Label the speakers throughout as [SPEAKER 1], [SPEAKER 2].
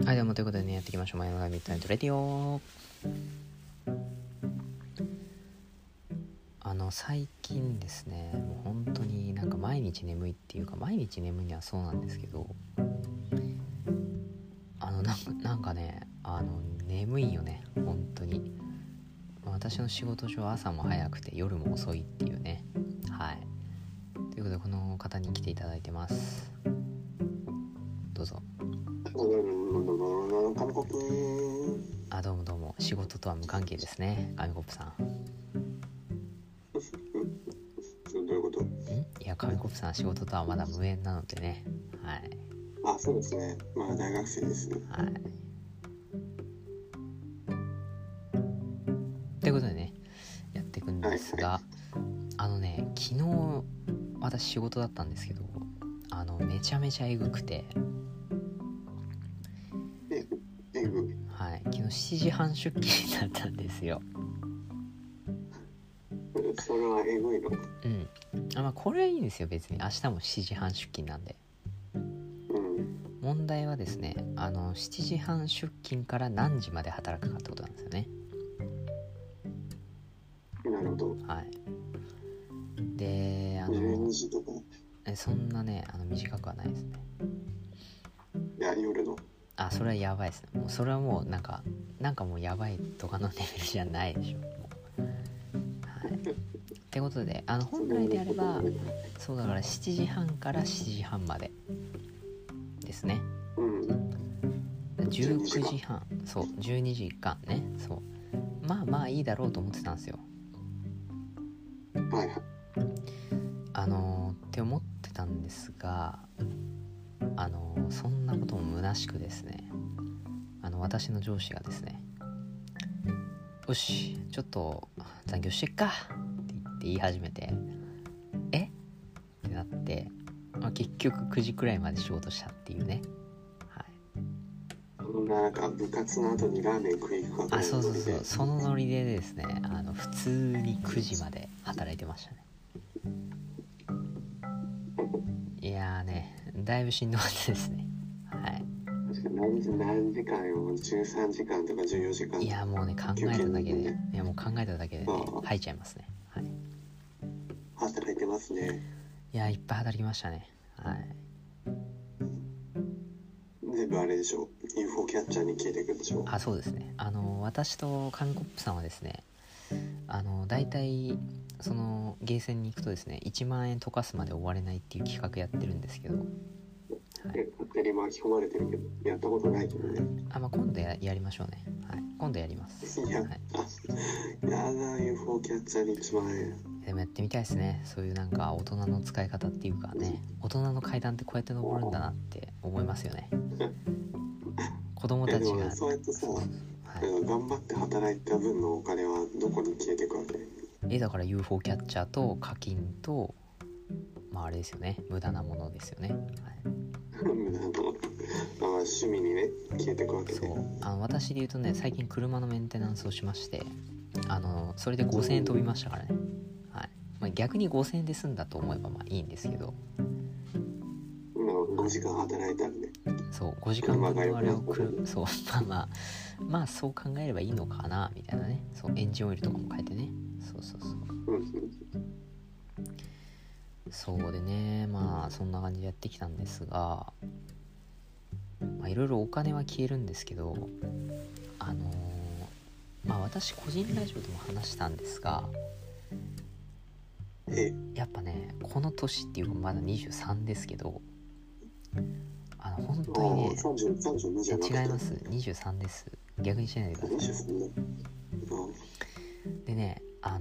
[SPEAKER 1] はい、どうもということでね、やっていきましょう。マイナーミッドナイトレディオ。最近ですね、もう本当になんか毎日眠いっていうか、毎日眠いにはそうなんですけど、なんかね、眠いよね、本当に。私の仕事上、朝も早くて夜も遅いっていうね。はい。ということで、この方に来ていただいてます。どうぞ。
[SPEAKER 2] 紙コップ。
[SPEAKER 1] どうもどうも。仕事とは無関係ですね、紙コップさん。
[SPEAKER 2] どういうこと？
[SPEAKER 1] いや、紙コップさん、仕事とはまだ無縁なのでね。はい。
[SPEAKER 2] そうですね。まだ大学生です。
[SPEAKER 1] はい。ということでね、やっていくんですが、昨日私仕事だったんですけど、めちゃめちゃえぐくて、はい、昨日7時半出勤だったんですよ。
[SPEAKER 2] それはえぐいの？
[SPEAKER 1] これはいいんですよ、別に。明日も7時半出勤なんで。問題はですね、7時半出勤から何時まで働くかってことなんですよね。
[SPEAKER 2] なるほど。
[SPEAKER 1] はい。で、
[SPEAKER 2] 12時とか？
[SPEAKER 1] そんなね、短くはないですね。
[SPEAKER 2] いや、夜の。
[SPEAKER 1] それはやばいですね。もうそれはもうなんかもうやばいとかのレベルじゃないでしょ。はい。ってことで、本来であれば、そうだから7時半から7時半までですね。19時半、そう、12時間ね。そう。まあいいだろうと思ってたんですよ。
[SPEAKER 2] はいはい。
[SPEAKER 1] って思ってたんですが、そんなことも虚しくですね、私の上司がですね、よし、ちょっと残業してっかって言い始めて、えってなって、結局9時くらいまで仕事したっていうね。はい。
[SPEAKER 2] なんか部活の後にラーメン食い行くか。
[SPEAKER 1] そう、そのノリでですね、普通に9時まで働いてましたね。いやーね、だいぶしんどかったですね。はい。
[SPEAKER 2] 何時間よ？13時間とか14時間。
[SPEAKER 1] いやもうね、考えただけで、吐いちゃいますね。はい。
[SPEAKER 2] 働いてますね。
[SPEAKER 1] いや、いっぱい働きましたね。はい。
[SPEAKER 2] 全部あれでしょ、UFO キャッチャーに消えていくんでしょ？
[SPEAKER 1] そうですね。私と紙コップさんはですね、だいたいそのゲーセンに行くとですね、1万円溶かすまで終われないっていう企画やってるんですけど、はい、
[SPEAKER 2] 勝手に巻き込まれてるけど、やったことないけどね。
[SPEAKER 1] 今度 やりましょうね。はい、今度やります。
[SPEAKER 2] やだ、UFO キャッチャーに1万円。
[SPEAKER 1] でもやってみたいですね。そういうなんか大人の使い方っていうかね、大人の階段ってこうやって登るんだなって思いますよね。子供たちが
[SPEAKER 2] そうやってさ、頑張って働いた分のお金はどこに消えていくわけ？
[SPEAKER 1] だから UFO キャッチャーと課金と、あれですよね、無駄なものですよね。はい。
[SPEAKER 2] 無駄なもの。趣味にね、消えていくわけね。
[SPEAKER 1] そう、私で言うとね、最近車のメンテナンスをしまして、それで5000円飛びましたからね。はい。逆に5000円で済んだと思えばいいんですけど、
[SPEAKER 2] 5時間働いたんで、
[SPEAKER 1] そう、5時間分のあれをそう、そう考えればいいのかなみたいなね。そう、エンジンオイルとかも変えてね。そうそうでね、そんな感じでやってきたんですが、いろいろお金は消えるんですけど、私個人ラジオでも話したんですが、やっぱね、この年っていうかまだ23ですけど、本当にね、
[SPEAKER 2] 32じゃなくて？
[SPEAKER 1] 違います、23です。逆にしないでください。でね、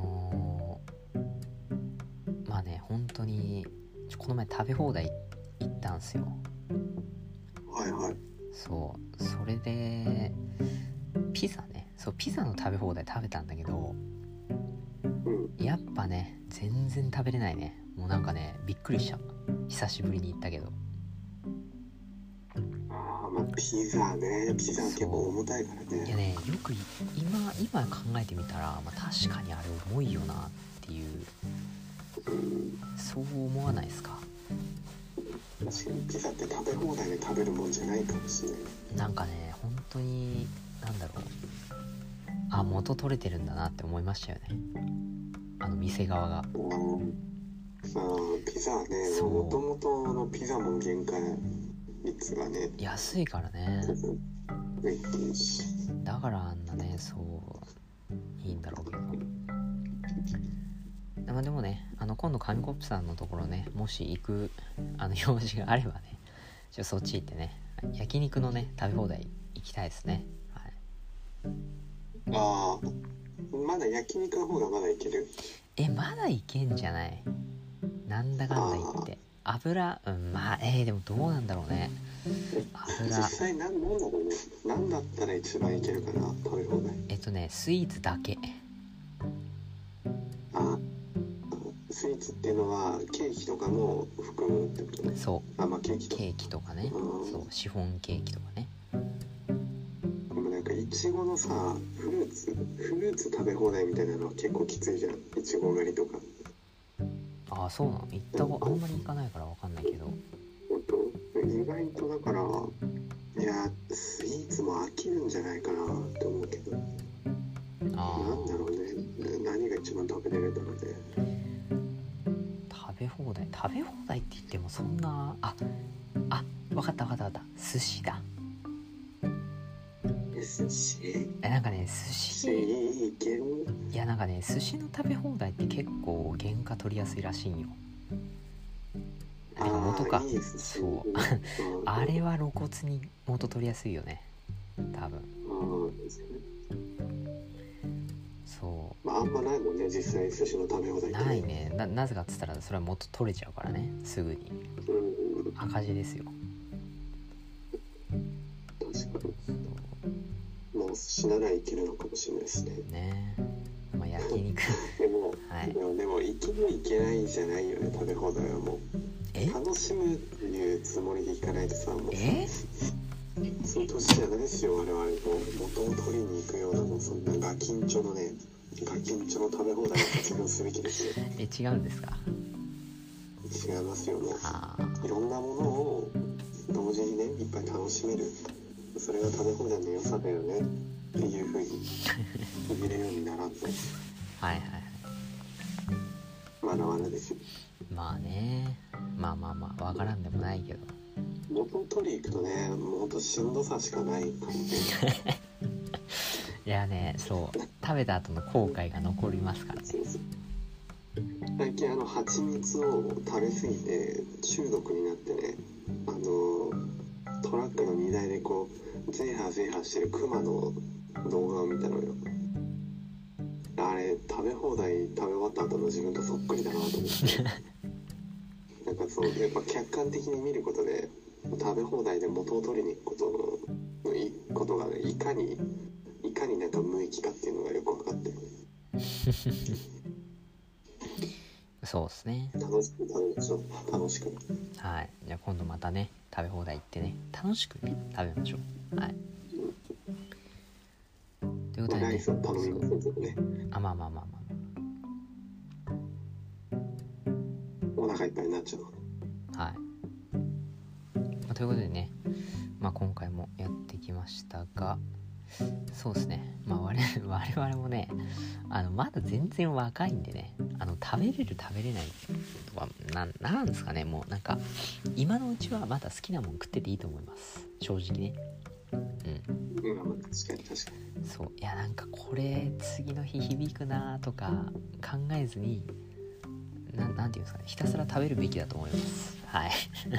[SPEAKER 1] 本当にこの前食べ放題行ったんすよ。
[SPEAKER 2] はいはい。
[SPEAKER 1] そう、それでピザの食べ放題食べたんだけど、やっぱね、全然食べれないね。もうなんかね、びっくりした。久しぶりに行ったけど。
[SPEAKER 2] ピザ結構重たいからね。
[SPEAKER 1] いやね、よく今考えてみたら、確かにあれ重いよなっていう、そう思わないですか？
[SPEAKER 2] 確かにピザって食べ放題で食べるもんじゃないかもしれない。
[SPEAKER 1] なんかね本当になんだろう、あ、元取れてるんだなって思いましたよね、店側が。
[SPEAKER 2] ピザはね、
[SPEAKER 1] そう
[SPEAKER 2] もともとのピザも原価率がね
[SPEAKER 1] 安いからね、
[SPEAKER 2] 増えてるし、
[SPEAKER 1] だからあんなねそういいんだろうけど、まあ、でもね今度紙コップさんのところね、もし行く用事があればね、そっち行ってね焼肉のね食べ放題行きたいですね。はい、
[SPEAKER 2] ああ、まだ焼肉の方がまだいける。
[SPEAKER 1] まだいけんじゃない、なんだかんだ言って油、まあでもどうなんだろうね、
[SPEAKER 2] 実際なんだろうね、何だったら一番いけるかな、食べ放題。
[SPEAKER 1] スイーツだけ。
[SPEAKER 2] スイーツっていうのはケーキとかも含むってことね。
[SPEAKER 1] そう、
[SPEAKER 2] まあケーキ
[SPEAKER 1] とかね、そうシフォンケーキとかね。
[SPEAKER 2] でもなんかいちごのさ、フルーツ食べ放題みたいなのは結構きついじゃん、いちご狩りとか。
[SPEAKER 1] ああ、そうなの、あんまり行かないから分かんないけど、
[SPEAKER 2] 意外とだから、いやスイーツも飽きるんじゃないかなって思うけど、なんだろうね、何が一番食べれるだろうね。
[SPEAKER 1] 食べ放題って言ってもそんな、分かった、寿司だ。
[SPEAKER 2] 寿司
[SPEAKER 1] なんかね寿司
[SPEAKER 2] いける。
[SPEAKER 1] いやなんかね寿司の食べ放題って結構原価取りやすいらしいんよ。元か、
[SPEAKER 2] いい寿司、
[SPEAKER 1] そうあれは露骨に元取りやすいよね多分。そう、
[SPEAKER 2] まあ、あんまないもんね実際寿司の食べ放題って
[SPEAKER 1] ないね。なぜかっつったらそれは元取れちゃうからね、すぐに赤字ですよ。
[SPEAKER 2] 確かに。もう寿司ならいけるのかもしれないですね。
[SPEAKER 1] ね、まあ、焼肉
[SPEAKER 2] でも、
[SPEAKER 1] はい、
[SPEAKER 2] でもいけるいけないじゃないよね、食べ放題はもう楽しむっていうつもりでいかないとさ、もうそういう年じゃないですよ我々。もう元を取りに行くような、もうそんなガキンチョの食べ放題を活用すべきですよ。
[SPEAKER 1] 違うんですか。
[SPEAKER 2] 違いますよ。もういろんなものを同時にねいっぱい楽しめる、それが食べ放題の良さだよねっていう風に言えるようにならんと
[SPEAKER 1] はい
[SPEAKER 2] まだまだですよ。
[SPEAKER 1] まあね、まあわからんでもないけど、
[SPEAKER 2] 元取り行くとね、もうほんとしんどさしかないからね
[SPEAKER 1] いやね、そう食べた後の後悔が残りますからね。
[SPEAKER 2] そう最近蜂蜜を食べ過ぎて中毒になってね、トラックの荷台でこうゼーハーしてるクマの動画を見たのよ。あれ食べ放題食べ終わった後の自分とそっくりだなと思ってなんかそうやっぱ客観的に見ることで食べ放題で元を取りに行くことがね、いかになんか無益かっていうのがよく分かってる
[SPEAKER 1] そうですね。
[SPEAKER 2] 楽しく
[SPEAKER 1] はい、じゃあ今度またね食べ放題行ってね楽しくね食べましょう。はい、ということでね、
[SPEAKER 2] 頼みませんけどね。
[SPEAKER 1] まあ
[SPEAKER 2] お腹いっぱいになっちゃう。
[SPEAKER 1] はい、ということでね、今回もやってきましたが、そうですね、我々もねまだ全然若いんでね、食べれる食べれないとはなんですかね、もうなんか今のうちはまだ好きなもん食ってていいと思います、正直ね。
[SPEAKER 2] 確かに
[SPEAKER 1] そう、いやなんかこれ次の日響くなとか考えずになんていうんですかね、ひたすら食べるべきだと思います。はい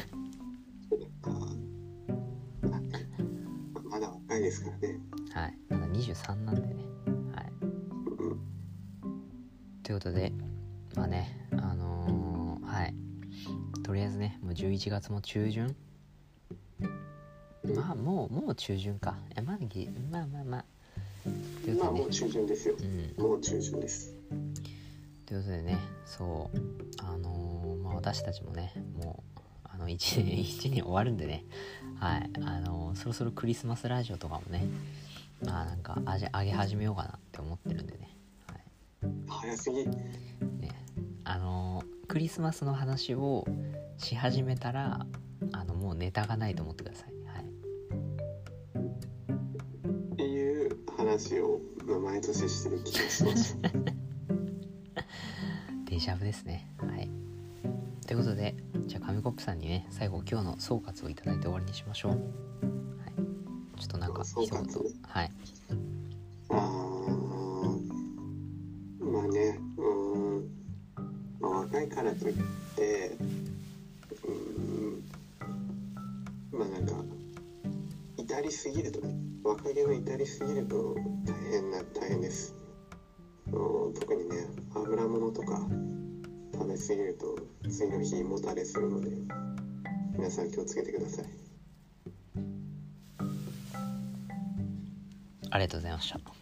[SPEAKER 2] まだ若いですからね。
[SPEAKER 1] はい、まだ23なんでね。はい、ということではいとりあえずね、もう11月も中旬、もう中旬か。まあということでね、
[SPEAKER 2] もう中旬ですよ。もう中旬です。
[SPEAKER 1] ということでね、そう私たちもねもう1年終わるんでね、はい、そろそろクリスマスラジオとかもね、なんか上げ始めようかなって思ってるんでね、はい、
[SPEAKER 2] 早すぎね。
[SPEAKER 1] クリスマスの話をし始めたらもうネタがないと思ってください。はい。
[SPEAKER 2] っていう話を毎年してる気がします
[SPEAKER 1] デジャブですね。はい。ということで、じゃあ紙コップさんにね、最後今日の総括をいただいて終わりにしましょう。はい。ちょっとなんか
[SPEAKER 2] 総括、
[SPEAKER 1] はい。
[SPEAKER 2] まあね、若いからといってまあなんか至りすぎるとね、若気の至りすぎると大変です。特にね、油物とか食べ過ぎると次の日もたれするので、皆さん気をつけてください。
[SPEAKER 1] ありがとうございました。